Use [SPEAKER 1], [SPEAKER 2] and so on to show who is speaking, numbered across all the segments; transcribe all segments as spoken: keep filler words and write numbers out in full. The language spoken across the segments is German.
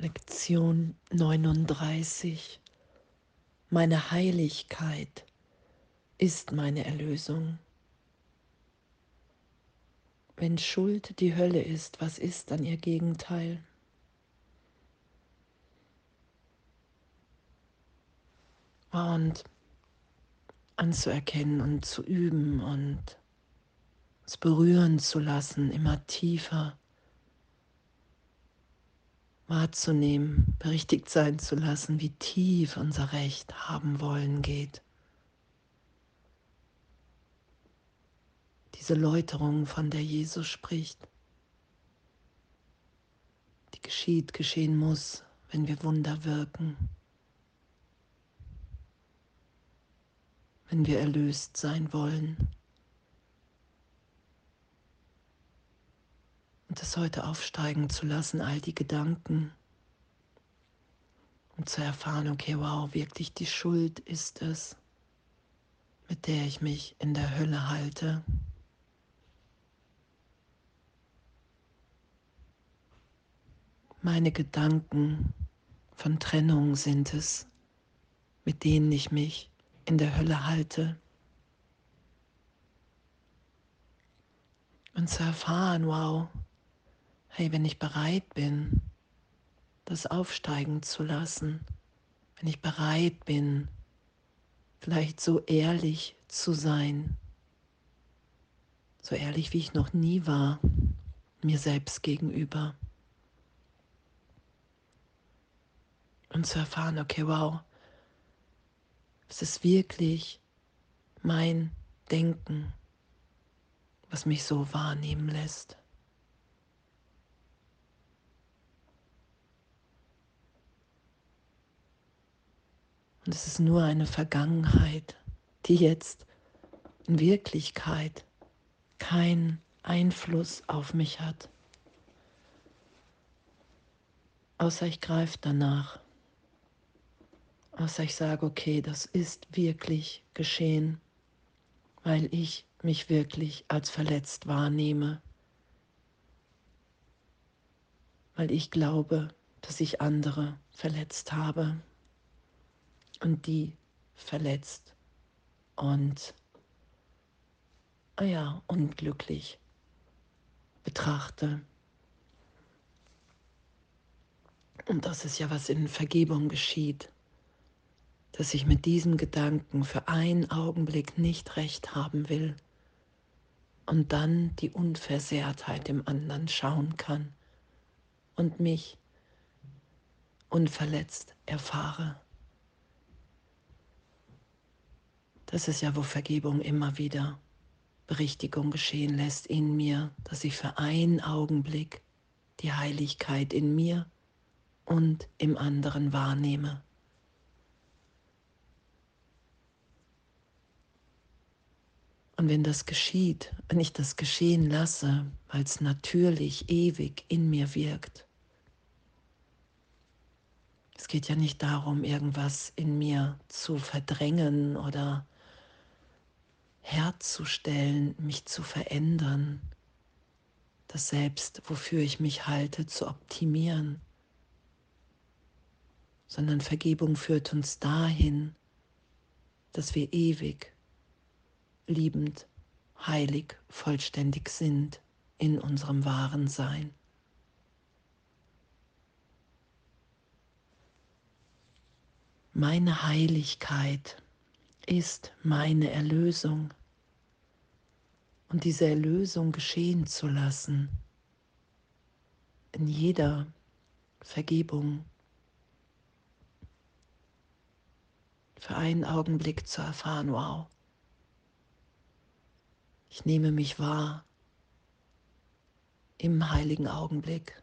[SPEAKER 1] Lektion neununddreißig. Meine Heiligkeit ist meine Erlösung. Wenn Schuld die Hölle ist, was ist dann ihr Gegenteil? Und anzuerkennen und zu üben und es berühren zu lassen, immer tiefer wahrzunehmen, berichtigt sein zu lassen, wie tief unser Recht haben wollen geht. Diese Läuterung, von der Jesus spricht, die geschieht, geschehen muss, wenn wir Wunder wirken, wenn wir erlöst sein wollen. Und das heute aufsteigen zu lassen, all die Gedanken, um zu erfahren, okay, wow, wirklich die Schuld ist es, mit der ich mich in der Hölle halte. Meine Gedanken von Trennung sind es, mit denen ich mich in der Hölle halte. Und zu erfahren, wow, hey, wenn ich bereit bin, das aufsteigen zu lassen, wenn ich bereit bin, vielleicht so ehrlich zu sein, so ehrlich wie ich noch nie war, mir selbst gegenüber. Und zu erfahren, okay, wow, es ist wirklich mein Denken, was mich so wahrnehmen lässt. Und es ist nur eine Vergangenheit, die jetzt in Wirklichkeit keinen Einfluss auf mich hat, außer ich greife danach, außer ich sage, okay, das ist wirklich geschehen, weil ich mich wirklich als verletzt wahrnehme, weil ich glaube, dass ich andere verletzt habe und die verletzt und ah ja, unglücklich betrachte. Und das ist ja, was in Vergebung geschieht, dass ich mit diesem Gedanken für einen Augenblick nicht recht haben will und dann die Unversehrtheit im anderen schauen kann und mich unverletzt erfahre. Das ist ja, wo Vergebung immer wieder Berichtigung geschehen lässt in mir, dass ich für einen Augenblick die Heiligkeit in mir und im anderen wahrnehme. Und wenn das geschieht, wenn ich das geschehen lasse, weil es natürlich ewig in mir wirkt, es geht ja nicht darum, irgendwas in mir zu verdrängen oder herzustellen, mich zu verändern, das Selbst, wofür ich mich halte, zu optimieren, sondern Vergebung führt uns dahin, dass wir ewig, liebend, heilig, vollständig sind in unserem wahren Sein. Meine Heiligkeit ist meine Erlösung. Und diese Erlösung geschehen zu lassen, in jeder Vergebung, für einen Augenblick zu erfahren, wow, ich nehme mich wahr im heiligen Augenblick,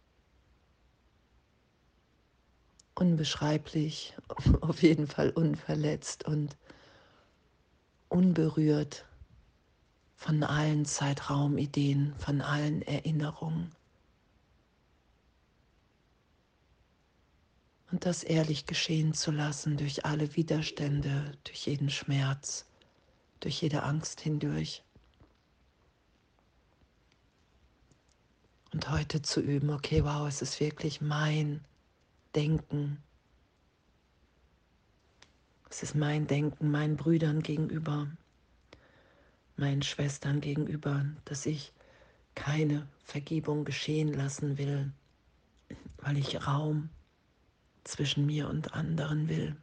[SPEAKER 1] unbeschreiblich, auf jeden Fall unverletzt und unberührt von allen Zeitraumideen, von allen Erinnerungen. Und das ehrlich geschehen zu lassen durch alle Widerstände, durch jeden Schmerz, durch jede Angst hindurch. Und heute zu üben, okay, wow, es ist wirklich mein Denken. Es ist mein Denken meinen Brüdern gegenüber, meinen Schwestern gegenüber, dass ich keine Vergebung geschehen lassen will, weil ich Raum zwischen mir und anderen will.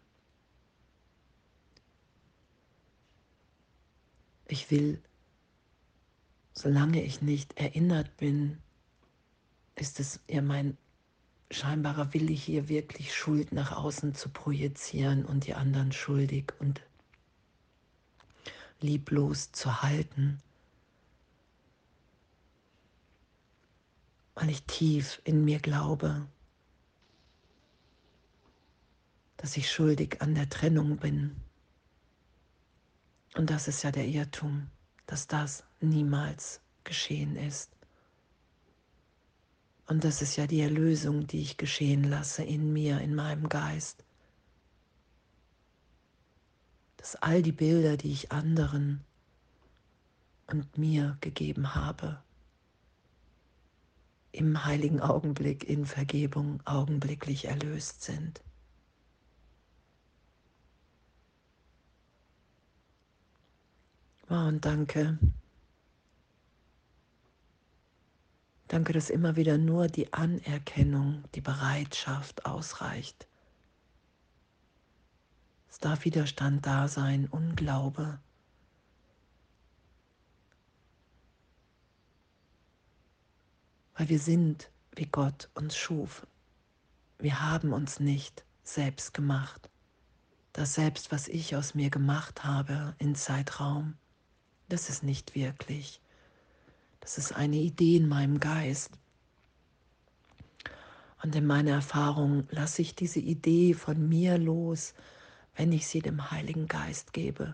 [SPEAKER 1] Ich will, solange ich nicht erinnert bin, ist es eher mein scheinbarer Wille, hier wirklich Schuld nach außen zu projizieren und die anderen schuldig und lieblos zu halten, weil ich tief in mir glaube, dass ich schuldig an der Trennung bin. Und das ist ja der Irrtum, dass das niemals geschehen ist. Und das ist ja die Erlösung, die ich geschehen lasse in mir, in meinem Geist. Dass all die Bilder, die ich anderen und mir gegeben habe, im heiligen Augenblick in Vergebung augenblicklich erlöst sind. Oh, und danke. Danke, dass immer wieder nur die Anerkennung, die Bereitschaft ausreicht. Es darf Widerstand da sein, Unglaube. Weil wir sind, wie Gott uns schuf. Wir haben uns nicht selbst gemacht. Das Selbst, was ich aus mir gemacht habe in Zeitraum, das ist nicht wirklich. Das ist eine Idee in meinem Geist. Und in meiner Erfahrung lasse ich diese Idee von mir los, wenn ich sie dem Heiligen Geist gebe.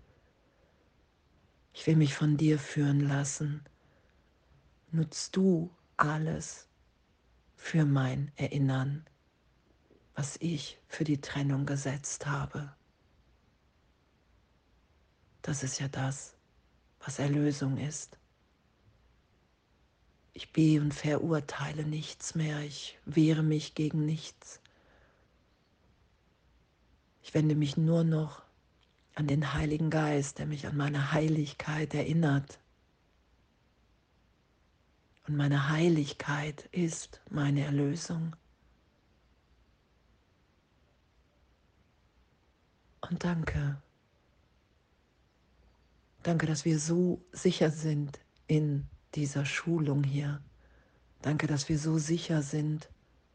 [SPEAKER 1] Ich will mich von dir führen lassen. Nutzt du alles für mein Erinnern, was ich für die Trennung gesetzt habe. Das ist ja das, was Erlösung ist. Ich be- und verurteile nichts mehr, ich wehre mich gegen nichts. Ich wende mich nur noch an den Heiligen Geist, der mich an meine Heiligkeit erinnert. Und meine Heiligkeit ist meine Erlösung. Und danke, danke, dass wir so sicher sind in dieser Schulung hier. Danke, dass wir so sicher sind,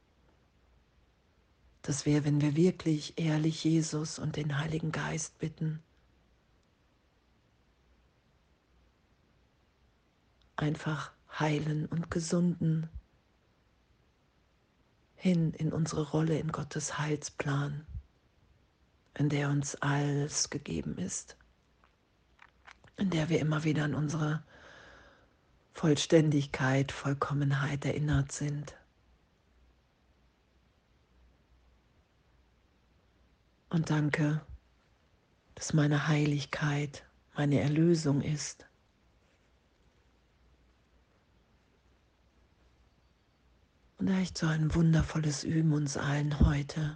[SPEAKER 1] dass wir, wenn wir wirklich ehrlich Jesus und den Heiligen Geist bitten, einfach heilen und gesunden hin in unsere Rolle in Gottes Heilsplan, in der uns alles gegeben ist, in der wir immer wieder an unsere Vollständigkeit, Vollkommenheit erinnert sind. Und danke, dass meine Heiligkeit meine Erlösung ist. Und echt so ein wundervolles Üben uns allen heute.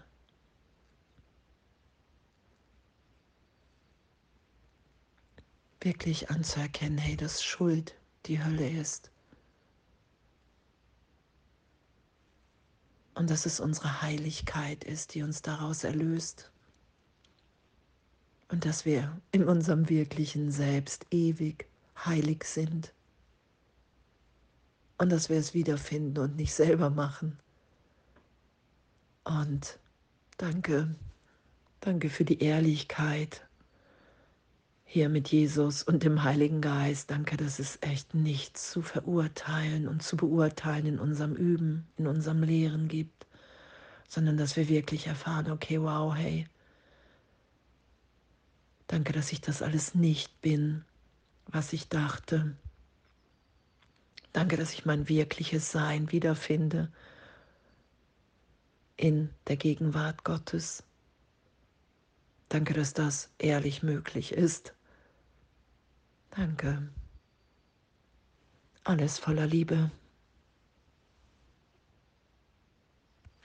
[SPEAKER 1] Wirklich anzuerkennen, hey, dass Schuld die Hölle ist. Und dass es unsere Heiligkeit ist, die uns daraus erlöst. Und dass wir in unserem wirklichen Selbst ewig heilig sind. Und dass wir es wiederfinden und nicht selber machen. Und danke, danke für die Ehrlichkeit hier mit Jesus und dem Heiligen Geist. Danke, dass es echt nichts zu verurteilen und zu beurteilen in unserem Üben, in unserem Lehren gibt, sondern dass wir wirklich erfahren, okay, wow, hey, danke, dass ich das alles nicht bin, was ich dachte. Danke, dass ich mein wirkliches Sein wiederfinde in der Gegenwart Gottes. Danke, dass das ehrlich möglich ist. Danke. Alles voller Liebe.